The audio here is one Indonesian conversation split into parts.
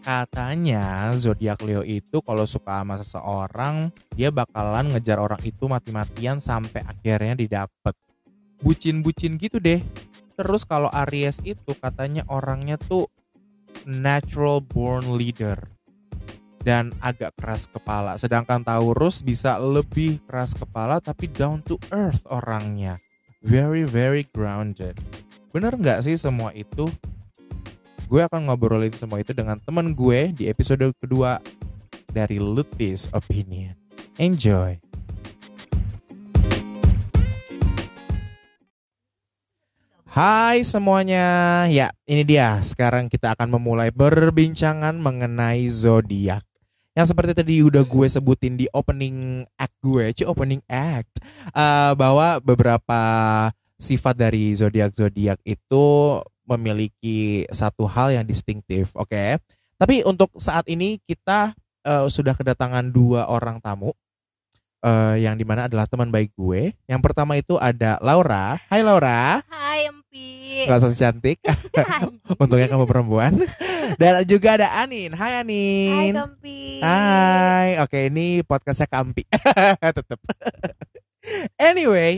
Katanya zodiak Leo itu kalau suka sama seseorang, dia bakalan ngejar orang itu mati-matian sampai akhirnya didapet. Bucin-bucin gitu deh. Terus kalau Aries itu katanya orangnya tuh natural born leader dan agak keras kepala. Sedangkan Taurus bisa lebih keras kepala tapi down to earth orangnya. Very very grounded. Bener nggak sih semua itu? Gue akan ngobrolin semua itu dengan teman gue di episode kedua dari Lutfi's Opinion. Enjoy. Hai semuanya. Ya, ini dia. Sekarang kita akan memulai perbincangan mengenai zodiak. Yang seperti tadi udah gue sebutin di opening act gue, opening act, bahwa beberapa sifat dari zodiak-zodiak itu memiliki satu hal yang distinktif, oke? Tapi untuk saat ini kita sudah kedatangan dua orang tamu, yang dimana adalah teman baik gue. Yang pertama itu ada Laura. Hai Laura. Hai Empi. Gak usah cantik. Untungnya kamu perempuan. Dan juga ada Anin. Hai Hai Anin. Empi. Hai. Oke, ini podcastnya Kampi. Tetep. Anyway,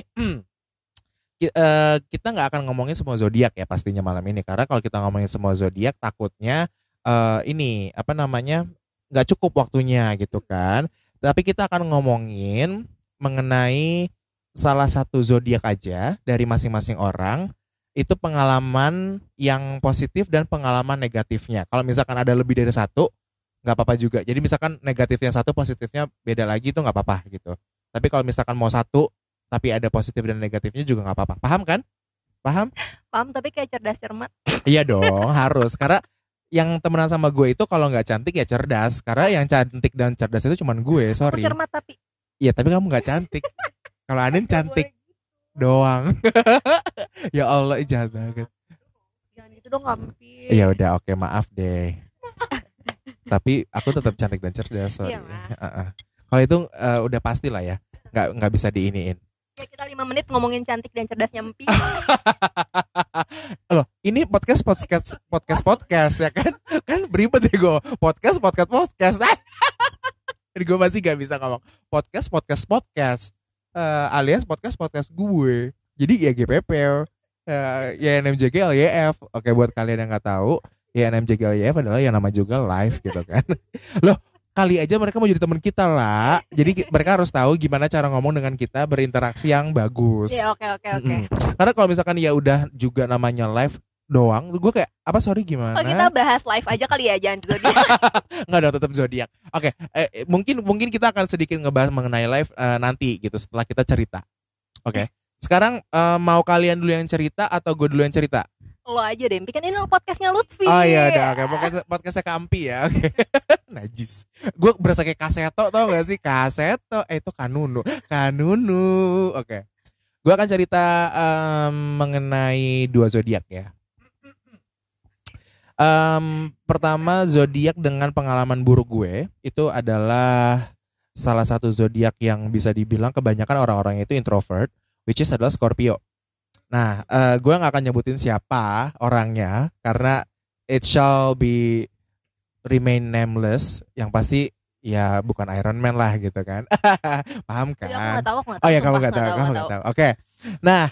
kita nggak akan ngomongin semua zodiak ya pastinya malam ini, karena kalau kita ngomongin semua zodiak takutnya ini apa namanya nggak cukup waktunya gitu kan. Tapi kita akan ngomongin mengenai salah satu zodiak aja dari masing-masing orang, itu pengalaman yang positif dan pengalaman negatifnya. Kalau misalkan ada lebih dari satu nggak apa-apa juga. Jadi misalkan negatifnya satu, positifnya beda lagi, itu nggak apa-apa gitu. Tapi kalau misalkan mau satu tapi ada positif dan negatifnya juga nggak apa-apa. Paham kan? Paham? Paham, tapi kayak cerdas cermat. Iya dong, harus. Karena yang temenan sama gue itu kalau nggak cantik ya cerdas. Karena yang cantik dan cerdas itu cuman gue, Aku sorry. cermat tapi Iya, tapi kamu nggak cantik. Kalau Anin cantik doang. Ya Allah, jahat banget. jangan gitu dong Empi. Ya udah, oke, maaf deh. Tapi aku tetap cantik dan cerdas, sorry. Iyalah. Kalau itu udah pasti lah ya. Nggak bisa diiniin. Ya kita 5 menit ngomongin cantik dan cerdasnya Empi. Loh, ini podcast ya kan? Kan beribet ya gue. Podcast. Jadi gue masih gak bisa ngomong podcast. Alias podcast gue. Jadi ya GPP, YNMJG LYF. Oke, buat kalian yang nggak tahu, YNMJG LYF adalah yang nama juga live gitu kan. Loh, kali aja mereka mau jadi teman kita lah. Jadi mereka harus tahu gimana cara ngomong dengan kita, berinteraksi yang bagus. Iya, oke. Karena kalau misalkan ya udah juga namanya live doang, gue kayak apa, sorry gimana? Oh, kita bahas live aja kali ya, jangan zodiak. Nggak dong, tetap zodiak. Oke, mungkin kita akan sedikit ngebahas mengenai live nanti gitu setelah kita cerita. Oke. Sekarang mau kalian dulu yang cerita atau gue dulu yang cerita? Lo aja deh, Empi, kan ini podcastnya Lutfi. Oh iya udah, oke. Podcastnya Kampi ya, oke. Najis. Gue berasa kayak Kaseto, tau gak sih? Kaseto, itu Kanunu. Oke. Gue akan cerita mengenai dua zodiak ya. Pertama, zodiak dengan pengalaman buruk gue itu adalah salah satu zodiak yang bisa dibilang kebanyakan orang-orangnya itu introvert, which is adalah Scorpio. Nah, gue nggak akan nyebutin siapa orangnya karena it shall be remain nameless. Yang pasti ya bukan Iron Man lah gitu kan. Paham kan? Aku nggak tahu. Oh ya, kamu nggak tahu. Oke. Nah,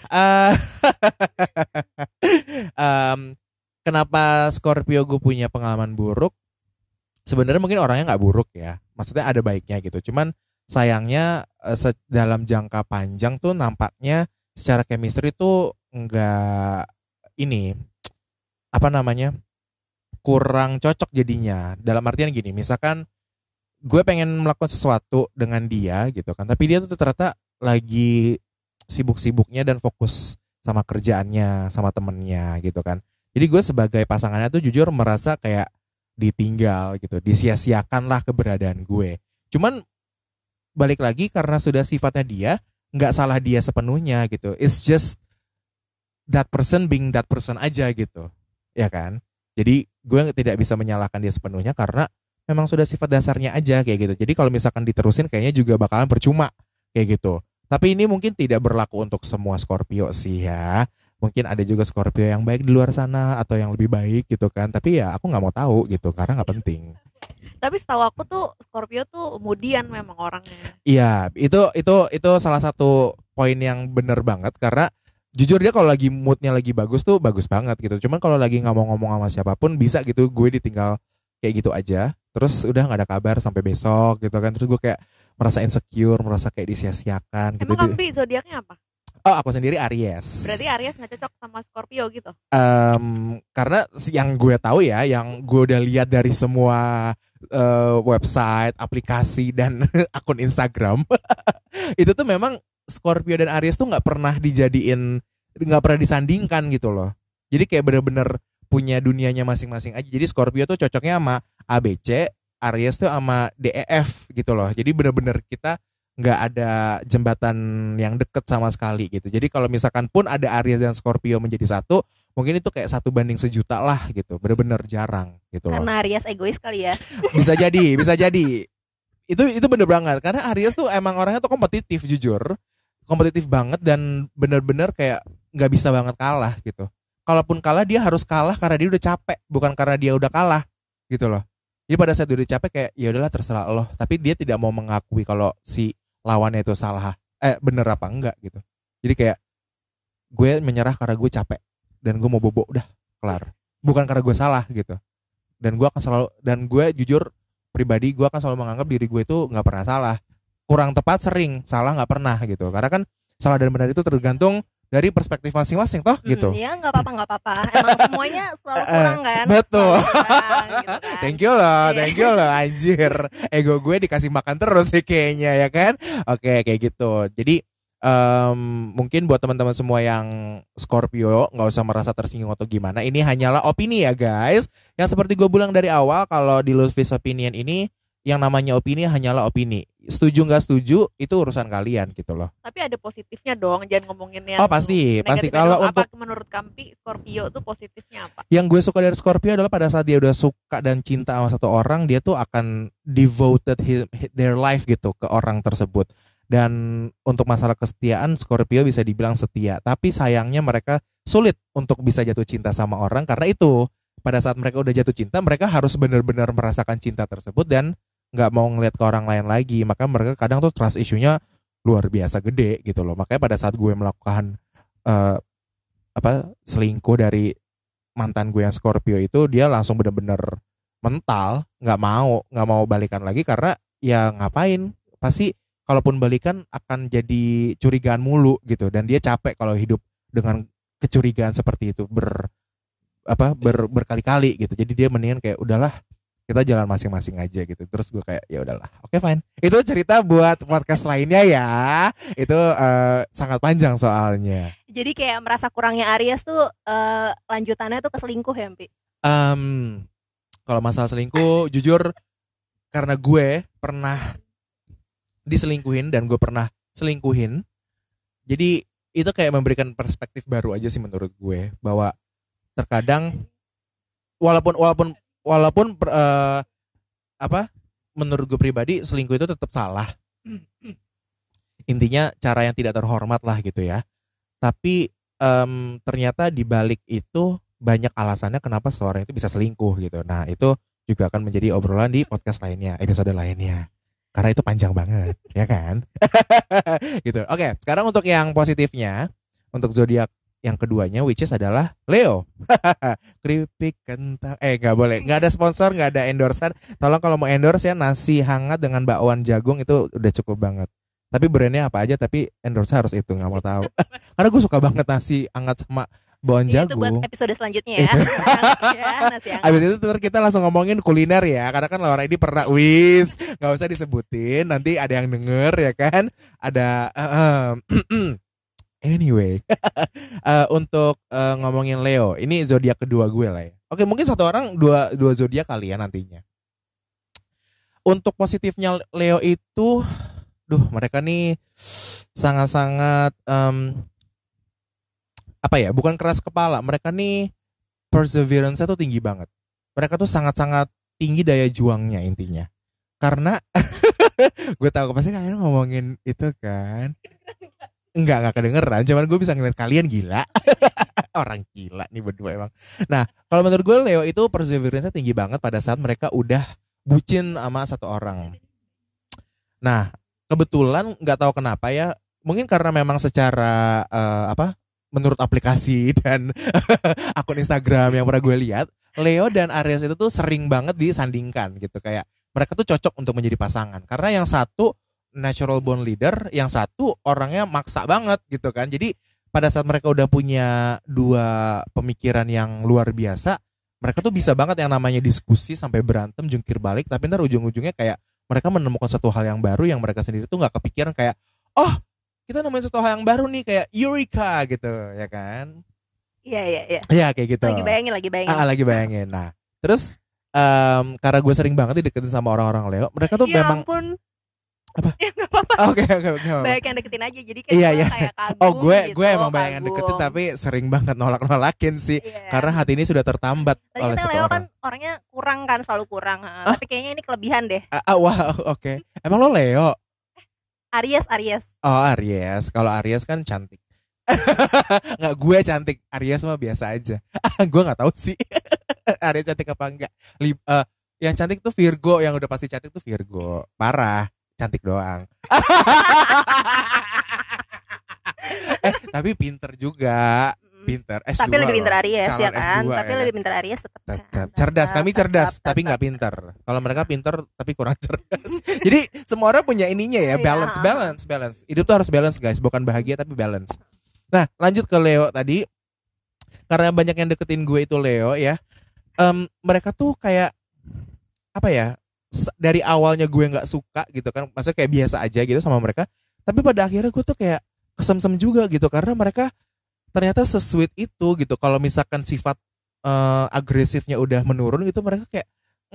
kenapa Scorpio gue punya pengalaman buruk? Sebenarnya mungkin orangnya nggak buruk ya. Maksudnya ada baiknya gitu. Cuman sayangnya dalam jangka panjang tuh nampaknya secara chemistry tuh nggak ini apa namanya kurang cocok jadinya. Dalam artian gini, misalkan gue pengen melakukan sesuatu dengan dia gitu kan, tapi dia tuh ternyata lagi sibuk-sibuknya dan fokus sama kerjaannya, sama temennya gitu kan. Jadi gue sebagai pasangannya tuh jujur merasa kayak ditinggal gitu, disia-siakan lah keberadaan gue. Cuman balik lagi karena sudah sifatnya dia, nggak salah dia sepenuhnya gitu. It's just that person being that person aja gitu, ya kan? Jadi gue tidak bisa menyalahkan dia sepenuhnya karena memang sudah sifat dasarnya aja kayak gitu. Jadi kalau misalkan diterusin kayaknya juga bakalan percuma kayak gitu. Tapi ini mungkin tidak berlaku untuk semua Scorpio sih ya. Mungkin ada juga Scorpio yang baik di luar sana atau yang lebih baik gitu kan. Tapi ya aku nggak mau tahu gitu karena nggak penting. Tapi setahu aku tuh Scorpio tuh kemudian memang orangnya. Iya, itu salah satu poin yang bener banget karena jujur dia kalau lagi moodnya lagi bagus tuh bagus banget gitu. Cuman kalau lagi nggak mau ngomong sama siapapun bisa gitu gue ditinggal kayak gitu aja. Terus udah nggak ada kabar sampai besok gitu kan. Terus gue kayak merasa insecure, merasa kayak disia-siakan gitu. Emang Kampi zodiaknya apa? Oh, aku sendiri Aries. Berarti Aries nggak cocok sama Scorpio gitu. Karena yang gue tahu ya, yang gue udah lihat dari semua website, aplikasi dan akun Instagram, itu tuh memang Scorpio dan Aries tuh nggak pernah disandingkan gitu loh. Jadi kayak bener-bener punya dunianya masing-masing aja. Jadi Scorpio tuh cocoknya sama ABC, Aries tuh sama DEF gitu loh. Jadi bener-bener kita nggak ada jembatan yang deket sama sekali gitu. Jadi kalau misalkan pun ada Aries dan Scorpio menjadi satu, mungkin itu kayak 1 banding 1 juta lah gitu. Bener-bener jarang gitu loh. Karena Aries egois kali ya. Bisa jadi, bisa jadi. Itu bener banget. Karena Aries tuh emang orangnya tuh kompetitif jujur, kompetitif banget dan bener-bener kayak nggak bisa banget kalah gitu. Kalaupun kalah dia harus kalah karena dia udah capek, bukan karena dia udah kalah gitu loh. Jadi pada saat dia udah capek kayak ya udahlah terserah lo. Tapi dia tidak mau mengakui kalau si lawannya itu salah bener apa enggak gitu. Jadi kayak gue menyerah karena gue capek dan gue mau bobo udah kelar, bukan karena gue salah gitu. Dan gue jujur pribadi gue akan selalu menganggap diri gue itu nggak pernah salah, kurang tepat sering salah nggak pernah gitu, karena kan salah dan benar itu tergantung dari perspektif masing-masing toh gitu. Iya nggak apa-apa. Emang semuanya selalu kurang kan. Betul. Kurang, gitu kan. Thank you loh anjir. Ego gue dikasih makan terus sih kayaknya ya kan. Oke kayak gitu. Jadi mungkin buat teman-teman semua yang Scorpio nggak usah merasa tersinggung atau gimana. Ini hanyalah opini ya guys. Yang seperti gue bilang dari awal, kalau di Lutfi's Opinion ini yang namanya opini hanyalah opini. Setuju nggak setuju itu urusan kalian gitu loh. Tapi ada positifnya dong, jangan ngomongin yang Oh pasti. Kalau apa, untuk menurut Kampi Scorpio tuh positifnya apa? yang gue suka dari Scorpio adalah pada saat dia udah suka dan cinta sama satu orang, dia tuh akan devoted their life gitu ke orang tersebut. Dan untuk masalah kesetiaan, Scorpio bisa dibilang setia. Tapi sayangnya mereka sulit untuk bisa jatuh cinta sama orang karena itu pada saat mereka udah jatuh cinta, mereka harus benar-benar merasakan cinta tersebut dan nggak mau ngeliat ke orang lain lagi. Maka mereka kadang tuh trust issue-nya luar biasa gede gitu loh. Makanya pada saat gue melakukan selingkuh dari mantan gue yang Scorpio itu, dia langsung bener-bener mental, nggak mau balikan lagi karena ya ngapain, pasti kalaupun balikan akan jadi curigaan mulu gitu, dan dia capek kalau hidup dengan kecurigaan seperti itu berkali-kali gitu. Jadi dia mendingan kayak udahlah kita jalan masing-masing aja gitu. Terus gue kayak ya udahlah, oke fine. Itu cerita buat podcast lainnya ya. Itu sangat panjang soalnya. Jadi kayak merasa kurangnya Aries tuh lanjutannya tuh keselingkuh ya, Mpi? Kalau masalah selingkuh, jujur karena gue pernah diselingkuhin dan gue pernah selingkuhin, jadi itu kayak memberikan perspektif baru aja sih menurut gue, bahwa terkadang walaupun menurut gue pribadi selingkuh itu tetap salah. Intinya cara yang tidak terhormat lah gitu ya. Tapi ternyata di balik itu banyak alasannya kenapa seseorang itu bisa selingkuh gitu. Nah itu juga akan menjadi obrolan di podcast lainnya, episode lainnya. Karena itu panjang banget, ya kan? Gitu. Oke, sekarang untuk yang positifnya, untuk zodiak yang keduanya, which is adalah Leo. Keripik kentang. Nggak boleh, nggak ada sponsor, nggak ada endorsean. Tolong kalau mau endorse ya, nasi hangat dengan bakwan jagung itu udah cukup banget. Tapi brandnya apa aja, tapi endorse harus itu, nggak mau tahu. Karena gue suka banget nasi hangat sama bakwan jagung. Itu buat episode selanjutnya ya. Ya, nasi hangat. Abis itu kita langsung ngomongin kuliner ya, karena kan Laura ini pernah nggak usah disebutin, nanti ada yang denger ya kan. Ada anyway. Untuk ngomongin Leo, ini zodiak kedua gue lah ya. Oke, mungkin satu orang dua zodiak kali ya nantinya. Untuk positifnya Leo itu, mereka nih sangat-sangat bukan keras kepala. Mereka nih perseverance-nya tuh tinggi banget. Mereka tuh sangat-sangat tinggi daya juangnya intinya. Karena gue tahu pasti kalian ngomongin itu kan. Enggak kedengeran, cuman gue bisa ngeliat kalian gila. Orang gila nih berdua emang. Nah, kalau menurut gue Leo itu perseverance-nya tinggi banget pada saat mereka udah bucin sama satu orang. Nah, kebetulan nggak tahu kenapa ya, mungkin karena memang secara apa? Menurut aplikasi dan akun Instagram yang pernah gue lihat, Leo dan Aries itu tuh sering banget disandingkan gitu, kayak mereka tuh cocok untuk menjadi pasangan karena yang satu natural born leader, yang satu orangnya maksa banget gitu kan. Jadi pada saat mereka udah punya dua pemikiran yang luar biasa, mereka tuh bisa banget yang namanya diskusi sampai berantem jungkir balik, tapi ntar ujung-ujungnya kayak mereka menemukan satu hal yang baru yang mereka sendiri tuh nggak kepikiran, kayak oh kita nemuin satu hal yang baru nih, kayak Eureka gitu ya kan. Iya iya iya. Ya kayak gitu. Lagi bayangin, lagi bayangin. Lagi bayangin. Nah terus karena gue sering banget dideketin sama orang-orang Leo, mereka tuh Ya memang ampun. apa? Ya nggak apa-apa. Oke oke oke. Banyak yang deketin aja, jadi kayak Iya gue iya. kayak kagum Oh gue gitu, gue emang banyak yang kagum. deketin tapi sering banget nolak-nolakin sih, Iya. karena hati ini sudah tertambat Tadi oleh kita satu Leo orang. kan orangnya kurang kan, selalu kurang. Tapi kayaknya ini kelebihan deh. Wow oke. Emang lo Leo? Aries, Aries. Oh Aries. Kalau Aries kan cantik. Nggak, gue cantik. Aries mah biasa aja. Gue nggak tahu sih. Aries cantik apa enggak. Yang cantik tuh Virgo, yang udah pasti cantik tuh Virgo. Parah, cantik doang. Tapi pinter juga. Pinter. S2 Tapi lebih pinter loh. Aries Calon ya kan. S2 Tapi ya lebih kan? pinter Aries tetap. Tetap. Cerdas, kami cerdas tapi nggak pinter. Kalau mereka pinter tapi kurang cerdas. Jadi semua orang punya ininya ya, Iya. balance. Hidup tuh harus balance guys, bukan bahagia tapi balance. Nah lanjut ke Leo tadi, karena banyak yang deketin gue itu Leo ya. Mereka tuh kayak apa ya? Dari awalnya gue nggak suka gitu kan, maksudnya kayak biasa aja gitu sama mereka. Tapi pada akhirnya gue tuh kayak kesem-sem juga gitu, karena mereka ternyata se-sweet itu gitu. Kalau misalkan sifat agresifnya udah menurun gitu, mereka kayak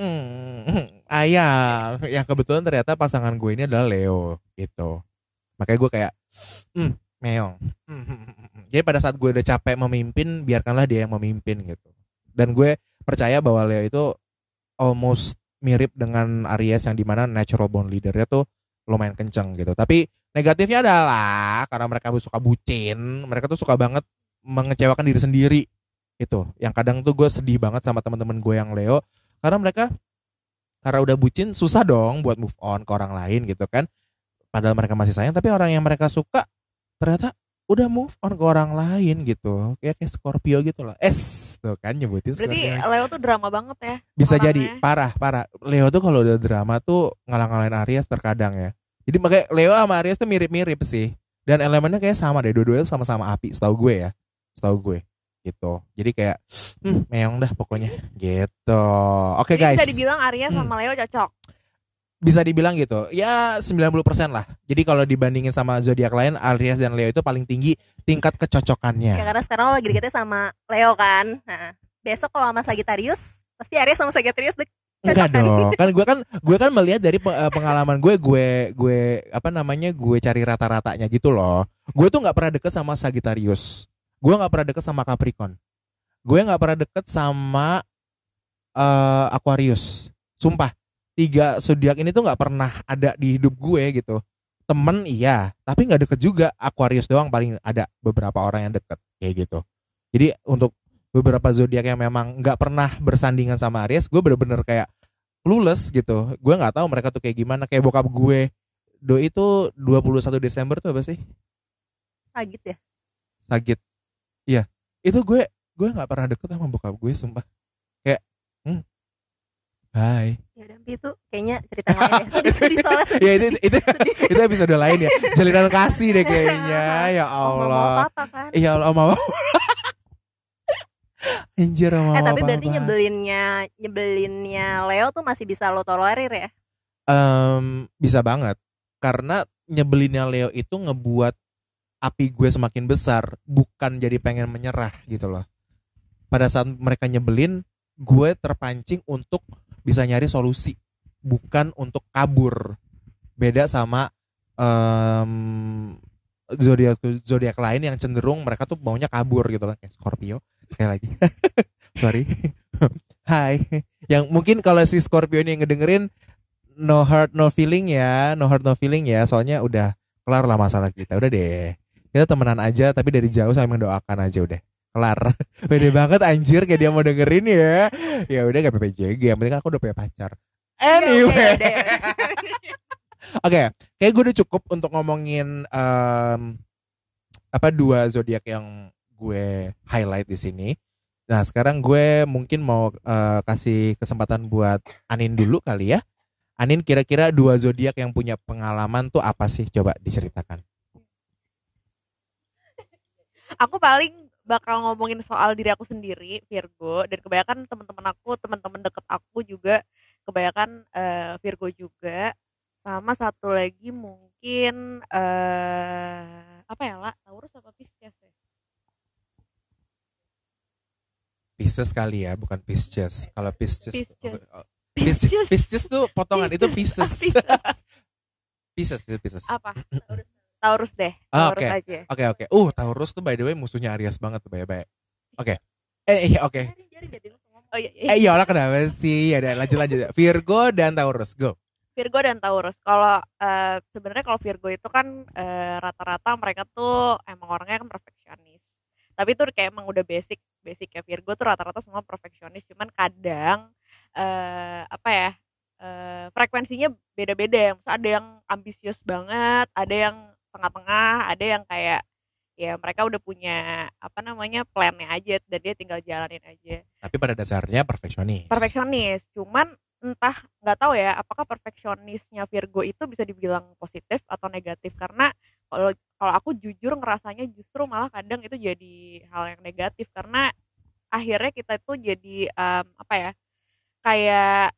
ayang. Yang kebetulan ternyata pasangan gue ini adalah Leo gitu. Makanya gue kayak meong. Jadi pada saat gue udah capek memimpin, biarkanlah dia yang memimpin gitu. Dan gue percaya bahwa Leo itu almost mirip dengan Aries, yang dimana natural born leadernya tuh lumayan kenceng gitu. Tapi negatifnya adalah karena mereka suka bucin, mereka tuh suka banget mengecewakan diri sendiri. Itu yang kadang tuh gue sedih banget sama teman-teman gue yang Leo, karena mereka karena udah bucin susah dong buat move on ke orang lain gitu kan. Padahal mereka masih sayang, tapi orang yang mereka suka ternyata udah move on ke orang lain gitu. Kayak Scorpio gitu loh. Tuh kan nyebutin Berarti Scorpio. Leo tuh drama banget ya. Bisa orangnya. jadi parah. Leo tuh kalau udah drama tuh ngalah-ngalahin Aries terkadang ya. Jadi makanya Leo sama Aries tuh mirip-mirip sih. Dan elemennya kayak sama deh, dua-duanya sama-sama api setahu gue ya. Setahu gue gitu. Jadi kayak meong dah pokoknya gitu. Oke Jadi guys. bisa dibilang Aries sama Leo cocok. Bisa dibilang gitu. Ya 90% lah. Jadi kalau dibandingin sama zodiak lain, Aries dan Leo itu paling tinggi tingkat kecocokannya. Ya karena sekarang lo lagi deketnya sama Leo kan. Nah, besok kalau sama Sagittarius, pasti Aries sama Sagittarius Enggak dong. Gue kan melihat dari pengalaman gue apa namanya? Gue cari rata-ratanya gitu loh. Gue tuh enggak pernah deket sama Sagittarius. Gue enggak pernah deket sama Capricorn. Gue enggak pernah deket sama Aquarius. Sumpah. 3 zodiak ini tuh nggak pernah ada di hidup gue gitu. Temen iya, tapi nggak deket juga. Aquarius doang paling ada beberapa orang yang deket kayak gitu. Jadi untuk beberapa zodiak yang memang nggak pernah bersandingan sama Aries, gue bener-bener kayak clueless gitu. Gue nggak tahu mereka tuh kayak gimana. Kayak bokap gue, Doi itu 21 Desember tuh apa sih? Sagit ya. Sagit. Iya. Itu gue nggak pernah deket sama bokap gue, sumpah. Kayak Hai. Ya udah, itu kayaknya cerita lain ya. Sedih soalnya. Ya itu episode lain ya. Jalinan kasih deh kayaknya. Ya Allah. Mau apa kan? Ya Allah, mau. Anjir, mau. Tapi berarti nyebelinnya Leo tuh masih bisa lo tolerir ya? Bisa banget. Karena nyebelinnya Leo itu ngebuat api gue semakin besar, bukan jadi pengen menyerah gitu loh. Pada saat mereka nyebelin, gue terpancing untuk bisa nyari solusi, bukan untuk kabur. Beda sama zodiak lain yang cenderung mereka tuh maunya kabur gitu kan, kayak Scorpio. Sekali lagi sorry. Hai, yang mungkin kalau si Scorpio ini yang ngedengerin, no heart no feeling ya, soalnya udah kelar lah masalah kita. Udah deh, kita temenan aja tapi dari jauh sambil mendoakan aja udah. kelar. Pede banget anjir kayak dia mau dengerin ya. Ya udah gak PPJG, yang penting kan aku udah punya pacar. Anyway. Ya, udah. Oke, kayak gue udah cukup untuk ngomongin apa dua zodiak yang gue highlight di sini. Nah, sekarang gue mungkin mau kasih kesempatan buat Anin dulu kali ya. Anin, kira-kira dua zodiak yang punya pengalaman tuh apa sih? Coba diceritakan. Aku paling bakal ngomongin soal diri aku sendiri, Virgo, dan kebanyakan teman-teman aku, teman-teman deket aku juga kebanyakan Virgo juga. Sama satu lagi mungkin apa ya, lah, Taurus apa Pisces ya? Pisces kali ya, bukan Pisces. Kalau Pisces, Pisces. Pisces tuh potongan itu Pisces. Pisces itu Pisces. Apa? Taurus deh. Ah, Taurus oke. aja. Oke. Taurus tuh by the way musuhnya Aries banget tuh, baik-baik. Oke. Oke. Oh iya. Ya Allah, kenapa sih? Ya udah, lanjut. Virgo dan Taurus, go. Virgo dan Taurus. Kalau sebenarnya kalau Virgo itu kan rata-rata mereka tuh emang orangnya kan perfeksionis. Tapi itu kayak emang udah basic ya, Virgo tuh rata-rata semua perfeksionis. Cuman kadang apa ya, frekuensinya beda-beda. Maksudnya ada yang ambisius banget, ada yang tengah-tengah, ada yang kayak ya mereka udah punya apa namanya plannya aja dan dia tinggal jalanin aja. Tapi pada dasarnya perfeksionis. Cuman entah, nggak tahu ya apakah perfeksionisnya Virgo itu bisa dibilang positif atau negatif, karena kalau aku jujur ngerasanya justru malah kadang itu jadi hal yang negatif, karena akhirnya kita itu jadi apa ya, kayak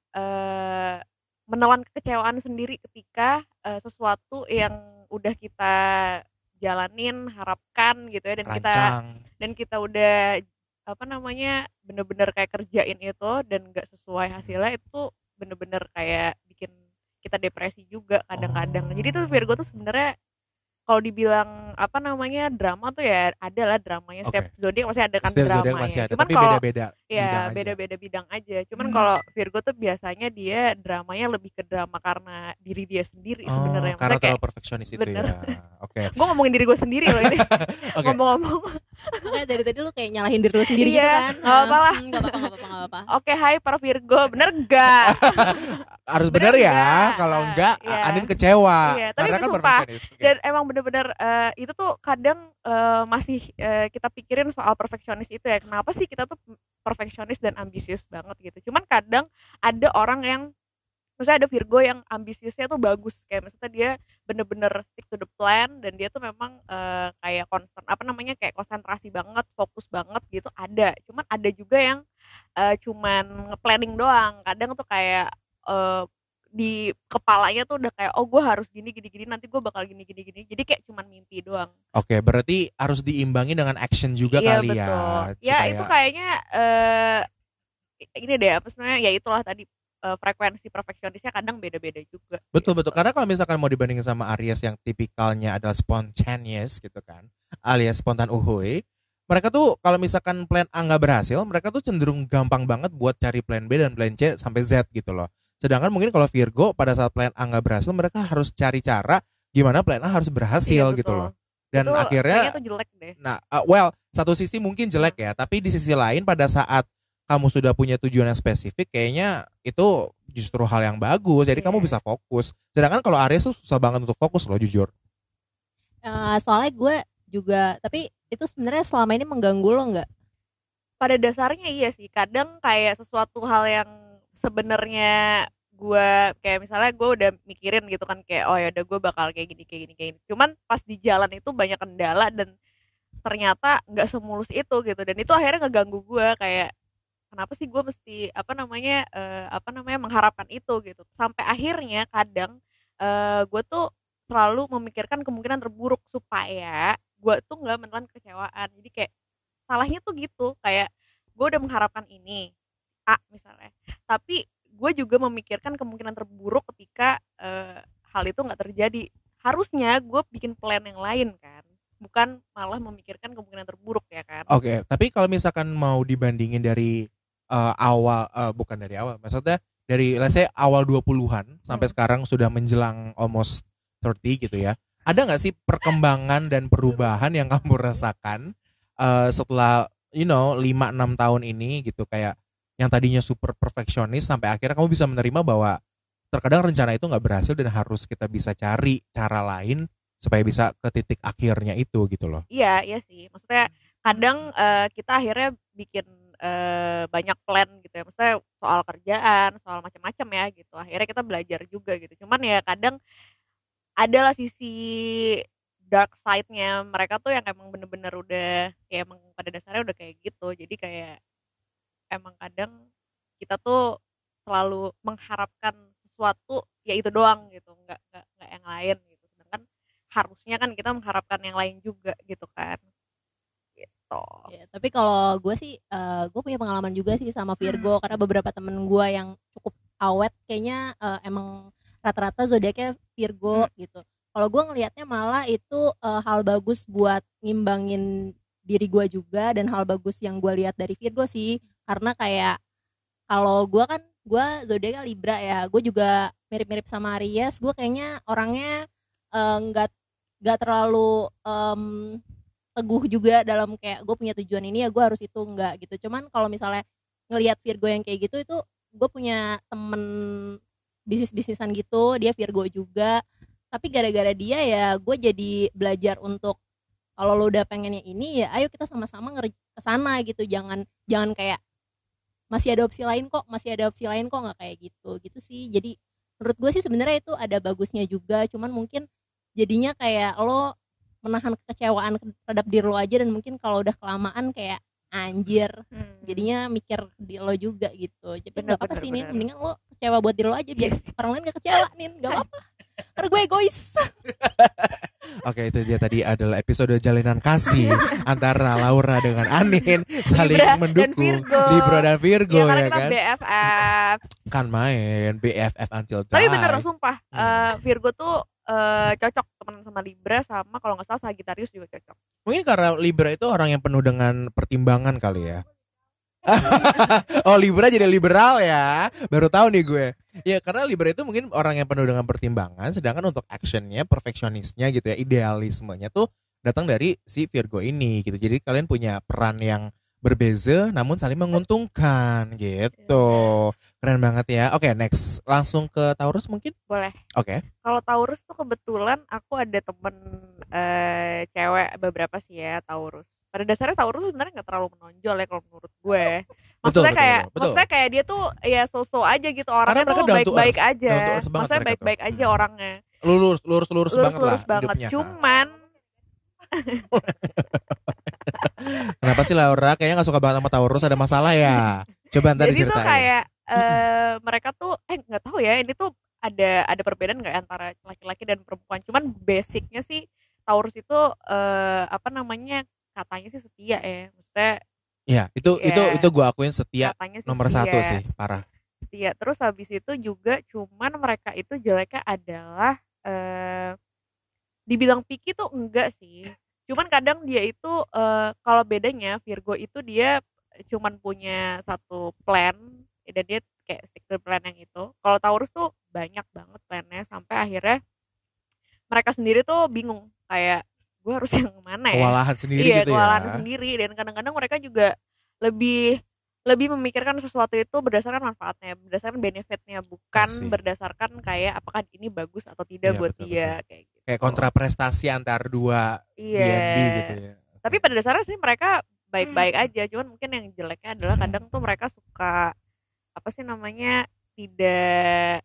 menelan kekecewaan sendiri ketika sesuatu yang udah kita jalanin, harapkan gitu ya, dan kita udah apa namanya bener-bener kayak kerjain itu dan nggak sesuai hasilnya, itu bener-bener kayak bikin kita depresi juga kadang-kadang. Jadi tuh Virgo tuh sebenarnya kalau dibilang apa namanya drama tuh ya ada lah dramanya. Setiap zodiak masih ada kan drama ya. Cuman tapi beda-beda ya beda-beda bidang aja. Cuman kalau Virgo tuh biasanya dia dramanya lebih ke drama karena diri dia sendiri sebenarnya. Karena terlalu perfeksionis itu ya. Oke. Gue ngomongin diri gue sendiri loh ini. Ngomong-ngomong. Makanya dari tadi lu kayak nyalahin diri lu sendiri gitu kan. Gak apa lah. Gak apa-apa. Oke, hai para Virgo, bener gak? Harus bener ya. Kalau enggak Anin kecewa. Iya, tapi karena itu kan sumpah. perfeksionis. Dan emang bener-bener itu tuh kadang masih kita pikirin soal perfeksionis itu ya. Kenapa sih kita tuh perfeksionis dan ambisius banget gitu. Cuman kadang ada orang yang, maksudnya ada Virgo yang ambisiusnya tuh bagus, kayak maksudnya dia bener-bener stick to the plan dan dia tuh memang kayak kayak konsentrasi banget, fokus banget gitu, ada. Cuman ada juga yang cuman nge-planning doang. Kadang tuh kayak di kepalanya tuh udah kayak gue harus gini nanti gue bakal gini, jadi kayak cuman mimpi doang. Oke, berarti harus diimbangi dengan action juga iya, kali betul. ya. Ya itu kayaknya ini deh apa sebenarnya, ya itulah tadi frekuensi perfeksionisnya kadang beda-beda juga. Betul. Karena kalau misalkan mau dibandingin sama Aries yang tipikalnya adalah spontaneous gitu kan, alias spontan uhuy, mereka tuh kalau misalkan plan A nggak berhasil, mereka tuh cenderung gampang banget buat cari plan B dan plan C sampai Z gitu loh. Sedangkan mungkin kalau Virgo pada saat plan A nggak berhasil, mereka harus cari cara gimana plan A harus berhasil gitu loh. Dan itu akhirnya tuh jelek deh. Nah, satu sisi mungkin jelek ya, tapi di sisi lain pada saat kamu sudah punya tujuan yang spesifik, kayaknya itu justru hal yang bagus. Jadi kamu bisa fokus. Sedangkan kalau Aries tuh susah banget untuk fokus loh, jujur. Soalnya gue juga, tapi itu sebenarnya selama ini mengganggu lo nggak? Pada dasarnya iya sih. Kadang kayak sesuatu hal yang sebenarnya gue kayak misalnya gue udah mikirin gitu kan, kayak oh ya udah gue bakal kayak gini. Cuman pas di jalan itu banyak kendala dan ternyata nggak semulus itu gitu, dan itu akhirnya ngeganggu gue, kayak kenapa sih gue mesti mengharapkan itu gitu, sampai akhirnya kadang gue tuh selalu memikirkan kemungkinan terburuk supaya gue tuh nggak menelan kekecewaan. Jadi kayak salahnya tuh gitu, kayak gue udah mengharapkan ini A misalnya, tapi gue juga memikirkan kemungkinan terburuk ketika hal itu nggak terjadi. Harusnya gue bikin plan yang lain kan, bukan malah memikirkan kemungkinan terburuk ya kan. Oke, tapi kalau misalkan mau dibandingin dari bukan dari awal, maksudnya dari let's say awal 20-an sampai sekarang sudah menjelang almost 30 gitu ya. Ada nggak sih perkembangan dan perubahan yang kamu rasakan setelah 5-6 tahun ini gitu, kayak yang tadinya super perfeksionis sampai akhirnya kamu bisa menerima bahwa terkadang rencana itu nggak berhasil dan harus kita bisa cari cara lain supaya bisa ke titik akhirnya itu gitu loh. Iya sih. Maksudnya kadang kita akhirnya bikin banyak plan gitu ya. Maksudnya soal kerjaan, soal macam-macam ya gitu. Akhirnya kita belajar juga gitu. Cuman ya kadang adalah sisi dark side-nya mereka tuh yang emang bener-bener udah kayak emang pada dasarnya udah kayak gitu. Jadi kayak emang kadang kita tuh selalu mengharapkan sesuatu ya itu doang gitu, nggak yang lain gitu. Sedangkan harusnya kan kita mengharapkan yang lain juga gitu kan. Gitu. Ya, tapi kalau gue sih, gue punya pengalaman juga sih sama Virgo karena beberapa temen gue yang cukup awet kayaknya emang rata-rata zodiaknya Virgo gitu. Kalau gue ngelihatnya malah itu hal bagus buat ngimbangin diri gue juga dan hal bagus yang gue lihat dari Virgo sih, karena kayak kalau gue zodiaknya Libra ya, gue juga mirip-mirip sama Aries. Gue kayaknya orangnya nggak terlalu teguh juga dalam kayak gue punya tujuan ini ya gue harus itu, enggak gitu. Cuman kalau misalnya ngelihat Virgo yang kayak gitu, itu gue punya temen bisnis-bisnisan gitu, dia Virgo juga. Tapi gara-gara dia ya gue jadi belajar untuk kalau lo udah pengennya ini ya ayo kita sama-sama ke sana gitu. Jangan kayak masih ada opsi lain kok, nggak kayak gitu sih. Jadi menurut gue sih sebenarnya itu ada bagusnya juga, cuman mungkin jadinya kayak lo menahan kekecewaan terhadap diri lo aja, dan mungkin kalau udah kelamaan kayak anjir, jadinya mikir di lo juga gitu. Jadi nggak apa-apa sih Nin, mendingan lo kecewa buat diri lo aja biar orang lain gak kecewa Nin, nggak apa-apa. Karena gue egois. Oke, itu dia tadi adalah episode jalinan kasih antara Laura dengan Anin saling Libra mendukung, dan Virgo. Libra dan Virgo Ya, karena ya kita kan. BFF. Kan main BFF until die. Tapi bener sumpah, Virgo tuh cocok temenan sama Libra, sama kalau nggak salah Sagittarius juga cocok. Mungkin karena Libra itu orang yang penuh dengan pertimbangan kali ya. Oh, Libra jadi liberal ya. Baru tahu nih gue. Ya karena Libra itu mungkin orang yang penuh dengan pertimbangan, sedangkan untuk actionnya, perfeksionisnya gitu ya, idealismenya tuh datang dari si Virgo ini gitu. Jadi kalian punya peran yang berbeza namun saling menguntungkan gitu. Keren banget ya. Oke, next. Langsung ke Taurus mungkin? Boleh. Oke. Kalau Taurus tuh kebetulan aku ada temen cewek beberapa sih ya Taurus. Pada dasarnya Taurus sebenarnya nggak terlalu menonjol ya kalau menurut gue. Maksudnya maksudnya kayak dia tuh ya so-so aja gitu, orangnya tuh baik-baik aja. Maksudnya baik-baik aja orangnya. Lurus banget lah hidupnya. Cuman kenapa sih Laura kayaknya nggak suka banget sama Taurus, ada masalah ya? Coba ntar diceritain. Jadi tuh kayak mereka tuh nggak tahu ya, ini tuh ada perbedaan nggak antara laki-laki dan perempuan. Cuman basicnya sih Taurus itu katanya sih setia ya, maksudnya ya itu gue akuin setia nomor setia. 1 sih, parah setia. Terus habis itu juga cuman mereka itu jeleknya adalah dibilang picky tuh enggak sih, cuman kadang dia itu kalau bedanya Virgo itu dia cuman punya satu plan dan dia kayak stick to plan yang itu. Kalau Taurus tuh banyak banget plannya sampai akhirnya mereka sendiri tuh bingung kayak gue harus yang mana ya, kewalahan sendiri gitu ya. Kewalahan sendiri, dan kadang-kadang mereka juga lebih memikirkan sesuatu itu berdasarkan manfaatnya, berdasarkan benefitnya, bukan berdasarkan kayak apakah ini bagus atau tidak buat dia. Kayak gitu. Kayak kontraprestasi antar dua BNB gitu ya. Tapi pada dasarnya sih mereka baik-baik aja, cuman mungkin yang jeleknya adalah kadang tuh mereka suka tidak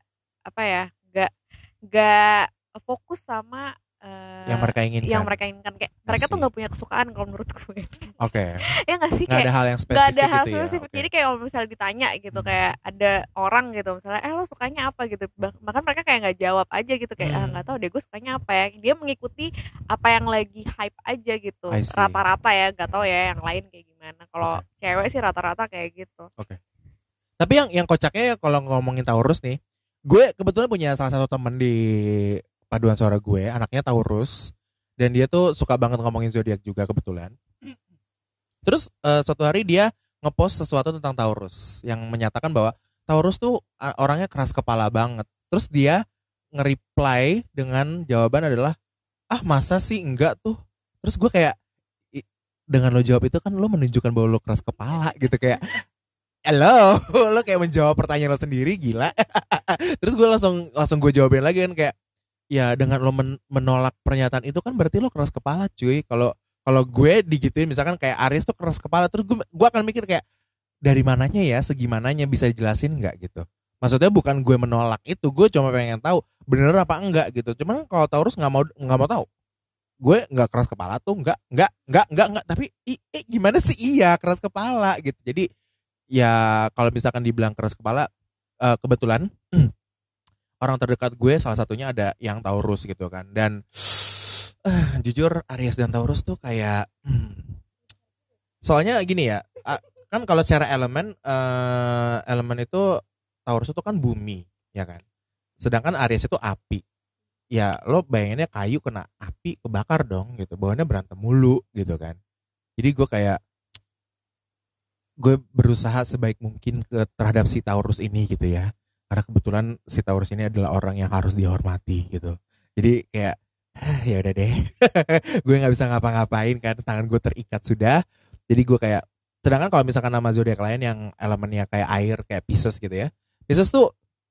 nggak fokus sama yang mereka inginkan kayak mereka tuh nggak punya kesukaan kalau menurut gue. Oke. Ya nggak sih, nggak ada hal yang spesifik gitu ya. Jadi kayak kalau misalnya ditanya gitu, kayak ada orang gitu misalnya lo sukanya apa gitu, bahkan mereka kayak nggak jawab aja gitu, kayak nggak tahu deh gue sukanya apa ya. Dia mengikuti apa yang lagi hype aja gitu, rata-rata ya, nggak tahu ya yang lain kayak gimana. Kalau cewek sih rata-rata kayak gitu. Tapi yang kocaknya kalau ngomongin Taurus nih, gue kebetulan punya salah satu temen di paduan suara gue, anaknya Taurus, dan dia tuh suka banget ngomongin zodiak juga kebetulan. Terus suatu hari dia ngepost sesuatu tentang Taurus yang menyatakan bahwa Taurus tuh orangnya keras kepala banget. Terus dia nge-reply dengan jawaban adalah, ah masa sih enggak tuh. Terus gue kayak dengan lo jawab itu kan lo menunjukkan bahwa lo keras kepala gitu, kayak halo, lo kayak menjawab pertanyaan lo sendiri, gila. Terus gue langsung gue jawabin lagi kan, kayak ya dengan lo menolak pernyataan itu kan berarti lo keras kepala cuy. Kalau kalau gue digituin misalkan kayak Aries tuh keras kepala, terus gue akan mikir kayak dari mananya ya, segimananya, bisa jelasin nggak gitu. Maksudnya bukan gue menolak itu, gue cuma pengen tahu bener apa enggak gitu. Cuman kalau Taurus nggak mau tahu. Gue nggak keras kepala tuh, nggak, tapi gimana sih, iya keras kepala gitu. Jadi ya kalau misalkan dibilang keras kepala, kebetulan orang terdekat gue salah satunya ada yang Taurus gitu kan. Dan jujur Aries dan Taurus tuh kayak soalnya gini ya, kan kalau secara elemen, elemen itu Taurus itu kan bumi ya kan, sedangkan Aries itu api. Ya lo bayanginnya kayu kena api kebakar dong gitu, bawaannya berantem mulu gitu kan. Jadi gue berusaha sebaik mungkin terhadap si Taurus ini gitu ya, karena kebetulan si Taurus ini adalah orang yang harus dihormati gitu. Jadi kayak ya udah deh, gue nggak bisa ngapa-ngapain kan, tangan gue terikat sudah. Jadi gue kayak, sedangkan kalau misalkan nama zodiak lain yang elemennya kayak air, kayak Pisces gitu ya, Pisces tuh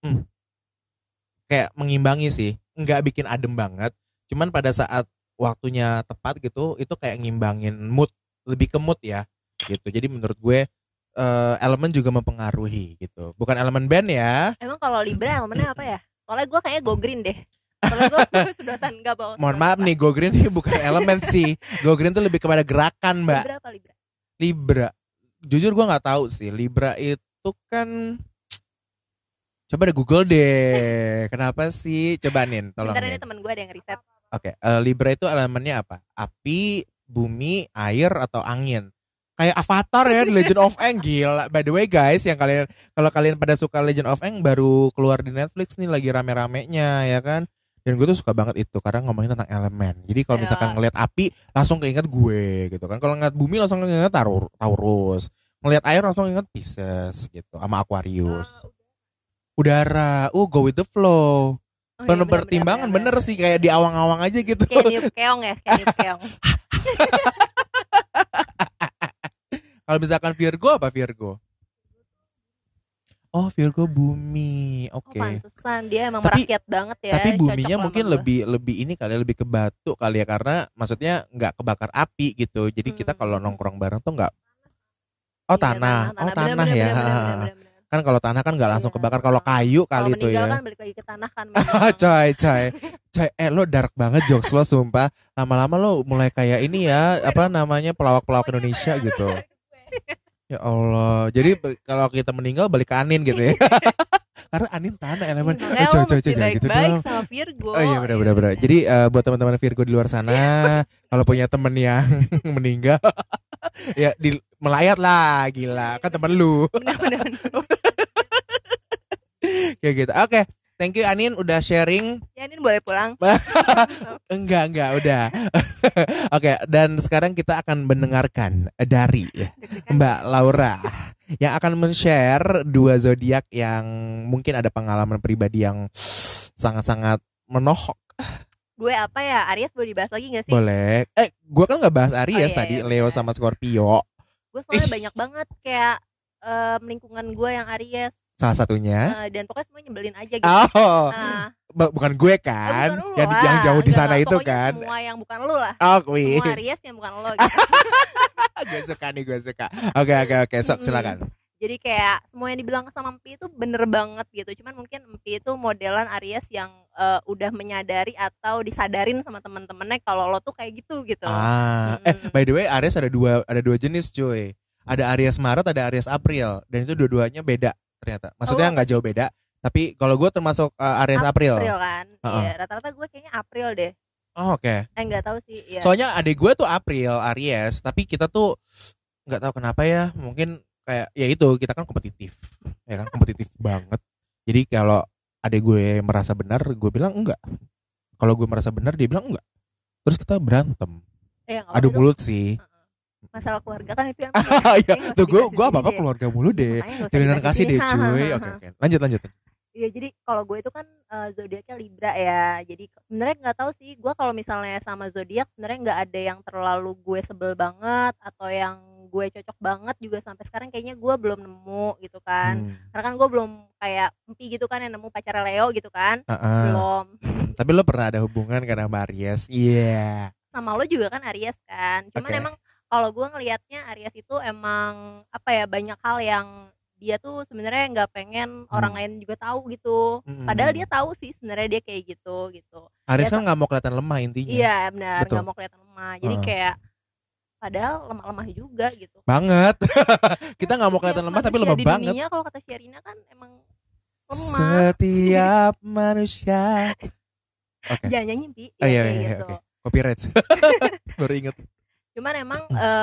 kayak mengimbangi sih, nggak bikin adem banget, cuman pada saat waktunya tepat gitu, itu kayak ngimbangin mood, lebih ke mood ya gitu. Jadi menurut gue elemen juga mempengaruhi gitu, bukan elemen band ya. Emang kalau Libra elemennya apa ya? Soalnya gue kayaknya go green deh. Soalnya gue sedotan nggak bawa. Mohon maaf nih, go green ini bukan elemen sih. Go green tuh lebih kepada gerakan, Mbak. Libra apa Libra? Libra, jujur gue nggak tahu sih. Libra itu kan, coba deh Google deh. Kenapa sih? Coba Nin, tolong Bentar, ini Nin. teman gue ada yang riset. Oke, Libra itu elemennya apa? Api, bumi, air, atau angin? Kayak Avatar ya, The Legend of Aang. Gila. By the way guys, yang kalau kalian pada suka Legend of Aang, baru keluar di Netflix nih, lagi rame-ramenya ya kan. Dan gue tuh suka banget itu karena ngomongin tentang elemen. Jadi kalau misalkan ngelihat api langsung keinget gue gitu kan. Kalau ngeliat bumi langsung keinget Taurus. Ngelihat air langsung inget Pisces gitu, sama Aquarius. Udara, go with the flow. Penuh pertimbangan, bener sih, kayak di awang-awang aja gitu. Kayak niup keong ya, kayak niup keong. Kalau misalkan Virgo apa Virgo? Oh, Virgo bumi. Oke. Pantesan dia emang Tapi- merakyat banget ya. Tapi cocok buminya sama mungkin gua. lebih ini kali ya, lebih ke batu kali ya, karena maksudnya nggak kebakar api gitu. Jadi kita kalau nongkrong bareng tuh nggak. Oh, Iya, tanah. Oh, tanah ya. bener. Kan kalau tanah kan nggak langsung Iya, kebakar. Kalau kayu Kalau kali itu meninggal ya. kan balik lagi ke tanah kan. Coy, lo dark banget jokes lo, sumpah. Lama-lama lo mulai kayak ini ya, apa namanya, pelawak-pelawak Indonesia gitu. Ya Allah. Jadi kalau kita meninggal balik ke Anin gitu ya. Karena Anin tanah elemen. Coy, jangan gitu baik dong. sama Virgo. Oh iya, benar. Jadi buat teman-teman Virgo di luar sana, kalau punya temen yang meninggal, ya melayat lah, gila. Kan temen lu. Bener. Kayak gitu. Oke. Thank you Anin udah sharing. Ya ini boleh pulang. Enggak, udah. Oke, dan sekarang kita akan mendengarkan dari Mbak Laura yang akan men-share 2 zodiak yang mungkin ada pengalaman pribadi yang sangat-sangat menohok. Gue apa ya? Aries boleh dibahas lagi gak sih? Boleh. Gue kan nggak bahas Aries iya, tadi, iya, Leo benar. sama Scorpio. Gue soalnya banyak banget kayak lingkungan gue yang Aries. Salah satunya. Dan pokoknya semua nyebelin aja gitu. Oh, Nah, bukan gue kan, bukan lu yang lah. yang jauh di Enggak, sana itu pokoknya kan. semua yang bukan lu lah. Oh, Semua wis. Aries yang bukan lo gitu. Gue suka. Oke, sok silakan. Jadi kayak semua yang dibilang sama Empi itu bener banget gitu. Cuman mungkin Empi itu modelan Aries yang udah menyadari atau disadarin sama temen-temennya kalau lo tuh kayak gitu. By the way, Aries ada dua jenis, cuy. Ada Aries Maret, ada Aries April, dan itu dua-duanya beda ternyata. Maksudnya nggak jauh beda. Tapi kalau gue termasuk Aries April. April kan. Iya, rata-rata gue kayaknya April deh. Oh, oke. Nggak tahu sih. Iya. Soalnya adik gue tuh April Aries, tapi kita tuh nggak tahu kenapa ya. Mungkin kayak ya itu, kita kan kompetitif, ya kan, kompetitif banget. Jadi kalau adik gue merasa benar, gue bilang enggak. Kalau gue merasa benar, dia bilang enggak. Terus kita berantem. Adu mulut sih. Masalah keluarga kan itu yang ya, tuh gue apa-apa keluarga mulu deh. Terima kasih deh cuy. Oke. Lanjut. Iya, jadi kalau gue itu kan zodiaknya Libra ya. Jadi sebenarnya nggak tahu sih, gue kalau misalnya sama zodiak sebenarnya nggak ada yang terlalu gue sebel banget atau yang gue cocok banget juga sampai sekarang kayaknya gue belum nemu gitu kan. Karena kan gue belum kayak Empi gitu kan yang nemu pacar Leo gitu kan. Belum. Tapi lo pernah ada hubungan kan sama Aries? Iya. Sama lo juga kan Aries kan. Cuman Oke. emang kalau gue ngelihatnya Aries itu emang apa ya, banyak hal yang dia tuh sebenarnya nggak pengen orang lain juga tahu gitu. Padahal dia tahu sih sebenarnya dia kayak gitu. Aries Ya, kan nggak mau kelihatan lemah intinya. Iya benar, Betul. nggak mau kelihatan lemah. Jadi kayak padahal lemah-lemah juga gitu. Banget. Kita nggak mau kelihatan Setiap lemah tapi manusia lemah di banget. dunia, kalau kata Sherina kan emang lemah. Setiap manusia. Oke. Jangan nyanyi Pi. Oh, iya, kayak iya, gitu. oke. Copyright. Baru inget. Cuman emang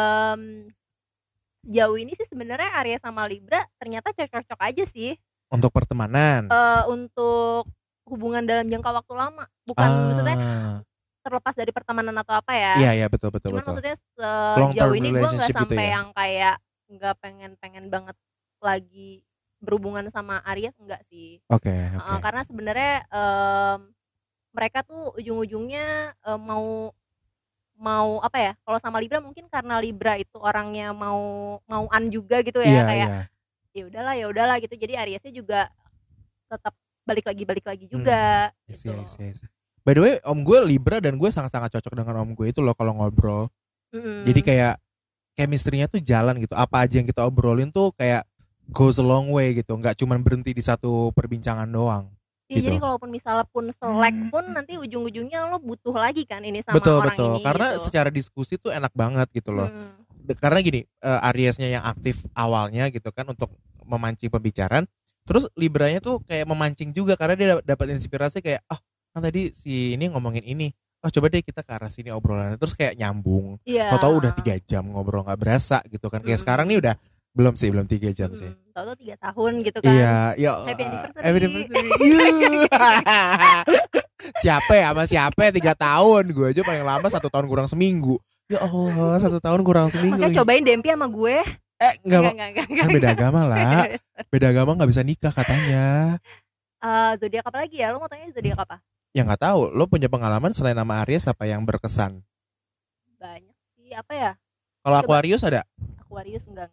sejauh ini sih sebenarnya Aries sama Libra ternyata cocok-cocok aja sih. Untuk pertemanan. Untuk hubungan dalam jangka waktu lama, bukan maksudnya terlepas dari pertemanan atau apa ya. Iya betul. Cuman maksudnya Long sejauh term ini gue nggak relationship sampai gitu ya? yang kayak nggak pengen banget lagi berhubungan sama Aries, enggak sih. Oke. Karena sebenarnya mereka tuh ujung-ujungnya mau apa ya, kalau sama Libra mungkin karena Libra itu orangnya mauan juga gitu ya. Iya, kayak iya. ya udahlah gitu, jadi Ariesnya juga tetap balik lagi juga gitu. Yes. By the way, om gue Libra dan gue sangat-sangat cocok dengan om gue itu loh kalau ngobrol. Jadi kayak chemistry-nya tuh jalan gitu. Apa aja yang kita obrolin tuh kayak goes a long way gitu. Nggak cuma berhenti di satu perbincangan doang. Iya, gitu. jadi kalaupun misalnya pun selek pun nanti ujung-ujungnya lo butuh lagi kan ini sama orang Betul. ini. Karena gitu. secara diskusi tuh enak banget gitu loh. Karena gini, Ariesnya yang aktif awalnya gitu kan untuk memancing pembicaraan. Terus Libranya tuh kayak memancing juga karena dia dapat inspirasi kayak kan tadi si ini ngomongin ini. Coba deh kita ke arah sini obrolannya, terus kayak nyambung. Tahu-tahu udah 3 jam ngobrol nggak berasa gitu kan. Kayak sekarang nih udah belum 3 jam sih. Tahu-tahu 3 tahun gitu kan. Iya, ya. Happy anniversary. Siapa ya 3 tahun? Gue aja paling lama 1 tahun kurang seminggu. Ya Allah, 1 tahun kurang seminggu. Makanya cobain Dempi sama gue. Enggak. Kan beda agama lah. Beda agama nggak bisa nikah katanya. Zodiak apa lagi ya? Lo mau tanya zodiak apa? Ya nggak tahu. Lo punya pengalaman selain nama Aries apa yang berkesan? Banyak sih. Apa ya? Kalau Aquarius ada? Aquarius enggak.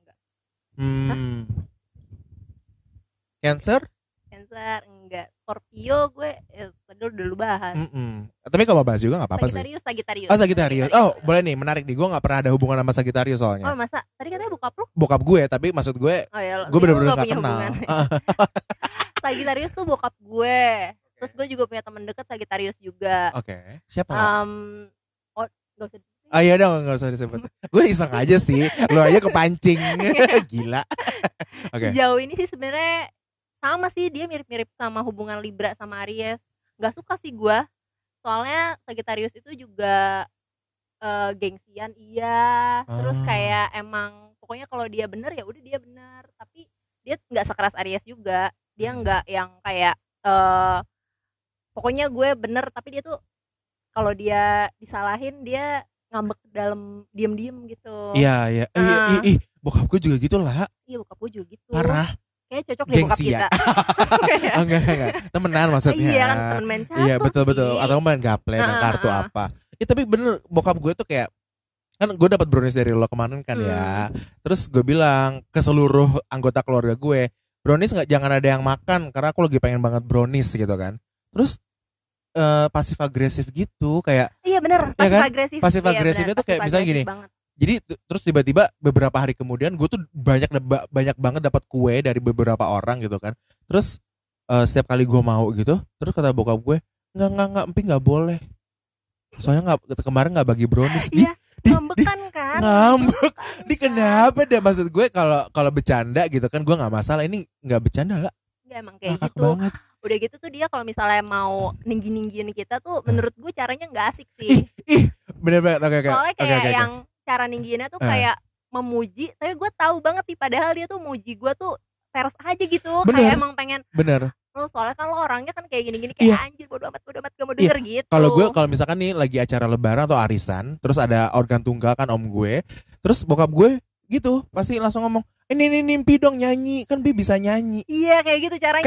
Cancer enggak. Scorpio gue tadi udah bahas. Tapi kalau bahas juga nggak apa-apa sih. Sagittarius. Sagittarius. Boleh nih, menarik nih. Gue nggak pernah ada hubungan sama Sagittarius soalnya. Masa? Tadi katanya bokap lu? Bokap gue, tapi maksud gue, gue bener-bener nggak kenal. Sagittarius tuh bokap gue. Terus gue juga punya teman dekat Sagittarius juga. Oke. Siapa lah? Gak usah. Iya dong, nggak usah disebut. Gue iseng aja sih. Lo aja kepancing. Gila. Oke. Sejauh ini sih sebenarnya sama sih, dia mirip-mirip sama hubungan Libra sama Aries. Gak suka sih gue, soalnya Sagittarius itu juga gengsian iya. Terus kayak emang pokoknya kalau dia bener ya udah dia bener, tapi dia nggak sekeras Aries juga. Dia nggak yang kayak pokoknya gue bener, tapi dia tuh kalau dia disalahin dia ngambek dalam diem-diem gitu. Iya. Bokap gue juga gitu lah. Iya, bokap gue juga gitu. Parah. Kayaknya cocok deh bokap kita. Enggak. Temenan maksudnya. Iya kan, temen main catur. Iya betul. Atau main gaple, main kartu apa. Tapi bener bokap gue tuh kayak, kan gue dapat brownies dari lo kemarin kan ya. Terus gue bilang ke seluruh anggota keluarga gue, brownies jangan ada yang makan karena aku lagi pengen banget brownies gitu kan. Terus pasif agresif gitu kayak. Iya bener, pasif agresif. Pasif agresifnya tuh kayak misalnya gini. Banget. Jadi terus tiba-tiba beberapa hari kemudian gue tuh banyak banget dapat kue dari beberapa orang gitu kan. Terus setiap kali gue mau gitu, terus kata bokap gue, nggak, Empi nggak boleh. Soalnya kemarin nggak bagi brownies. Iya, ngambekan kan. Ngambek. Ini kenapa deh, maksud gue kalau bercanda gitu kan gue nggak masalah, ini nggak bercanda lah. Ya emang kayak Ngakak gitu. Banget. Udah gitu tuh dia kalau misalnya mau ninggi-ninggin kita tuh menurut gue caranya nggak asik sih. Bener banget. Oke. Soalnya kayak yang cara ninggiinnya tuh kayak memuji, tapi gue tahu banget nih padahal dia tuh muji gue tuh peres aja gitu. Bener. Kayak emang pengen. Bener. Lo soalnya kan lo orangnya kan kayak gini-gini kayak anjir bodo amat gak mau denger gitu. Kalau misalkan nih lagi acara lebaran atau arisan, terus ada organ tunggal kan om gue, terus bokap gue gitu pasti langsung ngomong, ini mimpi dong nyanyi, kan Bi bisa nyanyi. Iya kayak gitu caranya.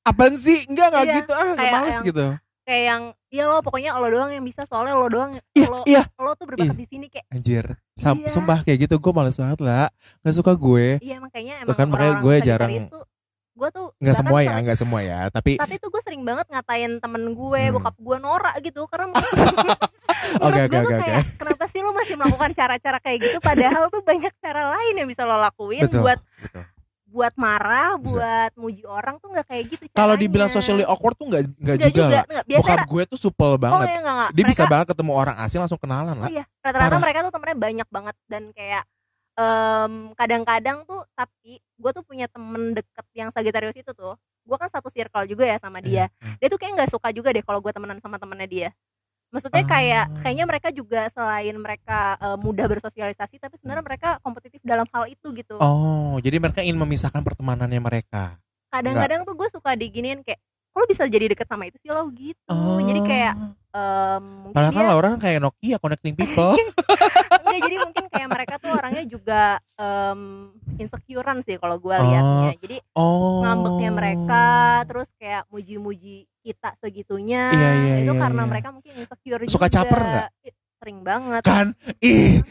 apaan sih? Enggak Iya, gitu, enggak kayak males yang- gitu. Kayak yang iya lo pokoknya lo doang yang bisa, soalnya lo doang Iya. lo tuh berbakat di sini kayak. Anjir, Iya. sumpah kayak gitu gue males banget lah, nggak suka gue. Iya makanya Tuh emang kan, makanya orang-orang gue Sagittarius jarang- tuh gue tuh Nggak bahkan semua ya, sering- nggak semua ya, tapi tapi tuh gue sering banget ngatain temen gue, Hmm. bokap gue norak gitu karena menurut Oke, gue tuh oke. kayak kenapa sih lo masih melakukan cara-cara kayak gitu padahal tuh banyak cara lain yang bisa lo lakuin Betul, buat betul. buat marah, Bisa. buat muji orang tuh nggak kayak gitu. Kalau caranya. dibilang socially awkward tuh nggak Nggak juga lah. nggak. Biasanya Bokap gue tuh supel banget. Oh ya nggak. Dia bisa Mereka- banget ketemu orang asing langsung kenalan Oh lah. iya, rata-rata Parah. mereka tuh temennya banyak banget dan kayak kadang-kadang tuh, tapi gue tuh punya temen deket yang Sagittarius itu tuh, gue kan satu circle juga ya sama dia. Dia tuh kayak nggak suka juga deh kalau gue temenan sama temennya dia. Maksudnya kayaknya mereka juga selain mereka mudah bersosialisasi, tapi sebenarnya mereka kompetitif dalam hal itu gitu. Oh, jadi mereka ingin memisahkan pertemanannya mereka. Kadang-kadang tuh gue suka diginiin kayak, kok lo bisa jadi deket sama itu sih lo gitu. Jadi kayak mungkin Padahal kan dia Laura kayak Nokia connecting people. enggak, jadi mungkin kayak mereka tuh orangnya juga insecurean sih kalau gue liatnya. Jadi ngambeknya mereka, terus kayak muji-muji kita segitunya, Iya, itu iya, karena iya. mereka mungkin insecure Suka juga. caper nggak? Sering banget. Kan, ih.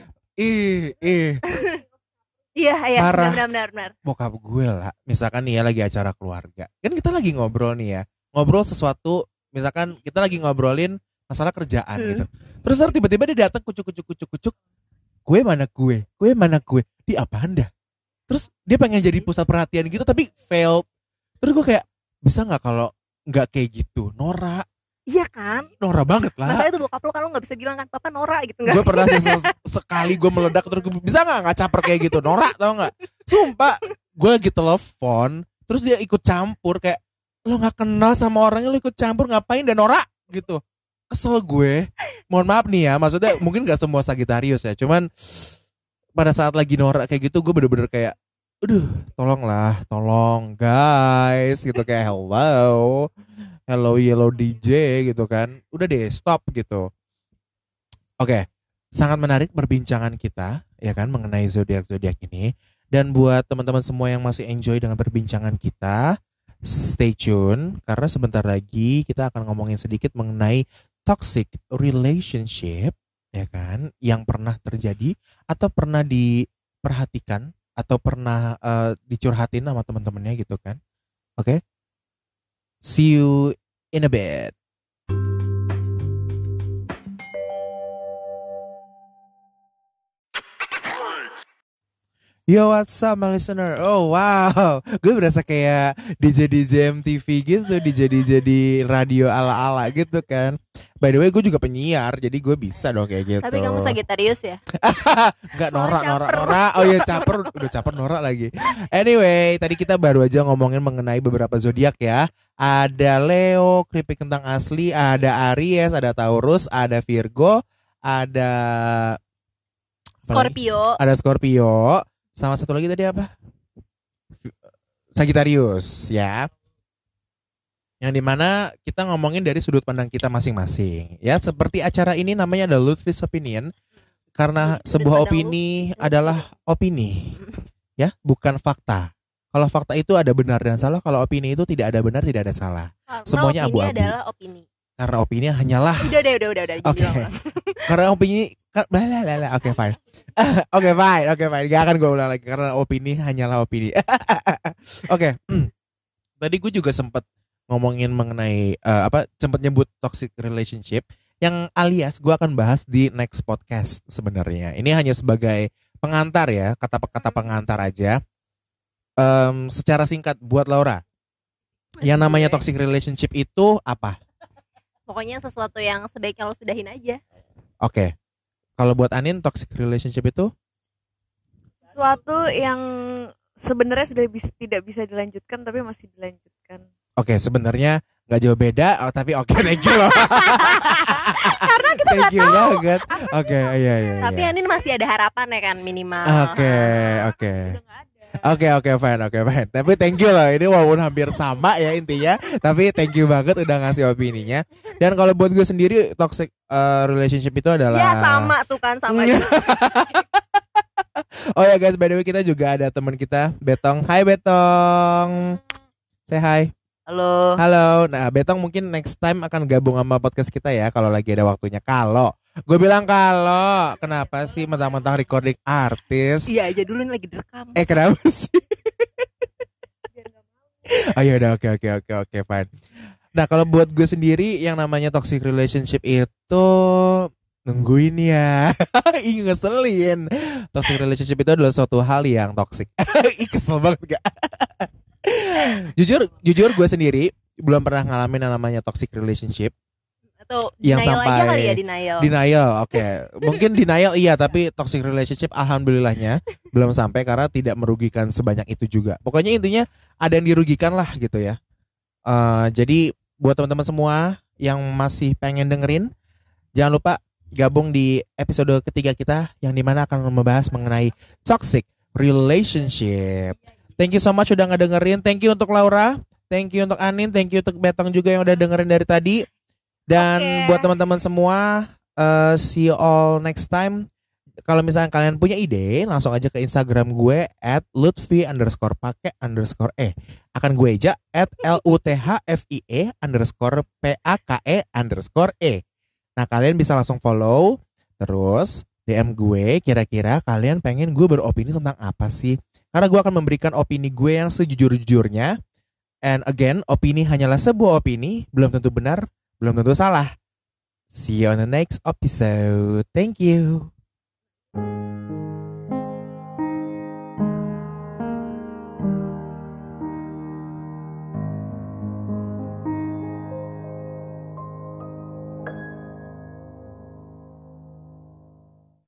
Iya, Parah. benar. Bokap gue lah, misalkan nih ya lagi acara keluarga, kan kita lagi ngobrol nih ya, ngobrol sesuatu, misalkan kita lagi ngobrolin masalah kerjaan gitu, terus ntar tiba-tiba dia datang kucuk, gue mana gue, di apa anda? Terus dia pengen jadi pusat perhatian gitu, tapi fail. Terus gue kayak, bisa nggak kalau nggak kayak gitu, Nora Iya kan? banget lah. Makanya tuh bokap lo kan lo nggak bisa bilang kan, papa Nora gitu nggak? Gue pernah sekali gue meledak terus gue, bisa nggak caper kayak gitu, Nora tau nggak? Sumpah, gue lagi telepon terus dia ikut campur, kayak lo nggak kenal sama orangnya lo ikut campur ngapain dan Nora gitu. Kesel gue. Mohon maaf nih ya, maksudnya mungkin nggak semua Sagittarius ya, cuman pada saat lagi Nora kayak gitu gue bener-bener kayak, aduh, tolong guys gitu, kayak hello yellow DJ gitu kan, udah deh stop gitu. Oke, sangat menarik perbincangan kita ya kan mengenai zodiak ini. Dan buat teman-teman semua yang masih enjoy dengan perbincangan kita, stay tune karena sebentar lagi kita akan ngomongin sedikit mengenai toxic relationship ya kan, yang pernah terjadi atau pernah diperhatikan atau pernah dicurhatin sama teman-temannya gitu kan. Oke. See you in a bit. Yo, what's up my listener? Oh wow, gue berasa kayak DJ MTV gitu, DJ di radio ala-ala gitu kan. By the way, gue juga penyiar, jadi gue bisa dong kayak gitu. Tapi kamu Sagittarius ya? Enggak, Soalnya Nora. Oh iya, udah caper Nora lagi. Anyway, tadi kita baru aja ngomongin mengenai beberapa zodiak ya. Ada Leo, keripik kentang asli, ada Aries, ada Taurus, ada Virgo, ada Scorpio. Ada Scorpio. Sama satu lagi tadi apa? Sagittarius ya. Yang dimana kita ngomongin dari sudut pandang kita masing-masing. Ya, seperti acara ini namanya ada Lutfi's Opinion. Karena sebuah opini adalah opini. Ya, bukan fakta. Kalau fakta itu ada benar dan salah. Kalau opini itu tidak ada benar, tidak ada salah. Karena Semuanya opini abu-abu. adalah opini. Karena opini hanyalah. Udah. Oke. Karena opini Oke fine. Oke fine. Gak akan gue ulang lagi karena opini hanyalah opini. Oke. Tadi gue juga sempat ngomongin mengenai sempat nyebut toxic relationship yang alias gue akan bahas di next podcast sebenarnya. Ini hanya sebagai pengantar ya, kata-kata pengantar aja. Secara singkat buat Laura, yang namanya toxic relationship itu apa? Pokoknya sesuatu yang sebaiknya lo sudahin aja. Oke. Kalau buat Anin, toxic relationship itu? Suatu yang sebenarnya sudah tidak bisa dilanjutkan tapi masih dilanjutkan. Oke, sebenarnya nggak jauh beda, tapi oke, thank you loh. Karena kita Thank you banget. Oke, iya. Tapi Anin masih ada harapan ya kan minimal. Oke. Udah nggak ada. Oke, fine. Tapi thank you loh. Ini walaupun hampir sama ya intinya, tapi thank you banget udah ngasih opininya. Dan kalau buat gue sendiri, toxic relationship itu adalah. Ya sama tuh kan, sama juga. Oh ya guys, by the way kita juga ada teman kita, Betong. Hai Betong. Say hi. Halo. Halo, nah Betong mungkin next time akan gabung sama podcast kita ya kalau lagi ada waktunya. Kalau gue bilang kalau, kenapa sih mentang-mentang recording artis? Iya aja dulu ini lagi direkam. Kenapa sih? Oh ya udah, oke, fine. Nah kalau buat gue sendiri yang namanya toxic relationship itu nungguin ya. Ih ngeselin. Toxic relationship itu adalah suatu hal yang toxic. Ih kesel banget gak? jujur gue sendiri belum pernah ngalamin yang namanya toxic relationship Atau yang denial aja sampai kali ya, denial. denial. Oke. Mungkin denial iya, tapi toxic relationship alhamdulillahnya belum sampai karena tidak merugikan sebanyak itu juga. Pokoknya intinya ada yang dirugikan lah gitu ya. Jadi buat teman-teman semua yang masih pengen dengerin, jangan lupa gabung di episode ketiga kita yang dimana akan membahas mengenai toxic relationship. Thank you so much udah ngedengerin. Thank you untuk Laura, thank you untuk Anin, thank you untuk Betong juga yang udah dengerin dari tadi. Dan Oke. buat teman-teman semua, see you all next time. Kalau misalnya kalian punya ide, langsung aja ke Instagram gue @lutfi_pake_e. Akan gue eja @luthfie_pake_e. Nah kalian bisa langsung follow, terus DM gue kira-kira kalian pengen gue beropini tentang apa sih. Karena gue akan memberikan opini gue yang sejujur-jujurnya. And again, opini hanyalah sebuah opini, belum tentu benar, belum tentu salah. See you on the next episode. Thank you.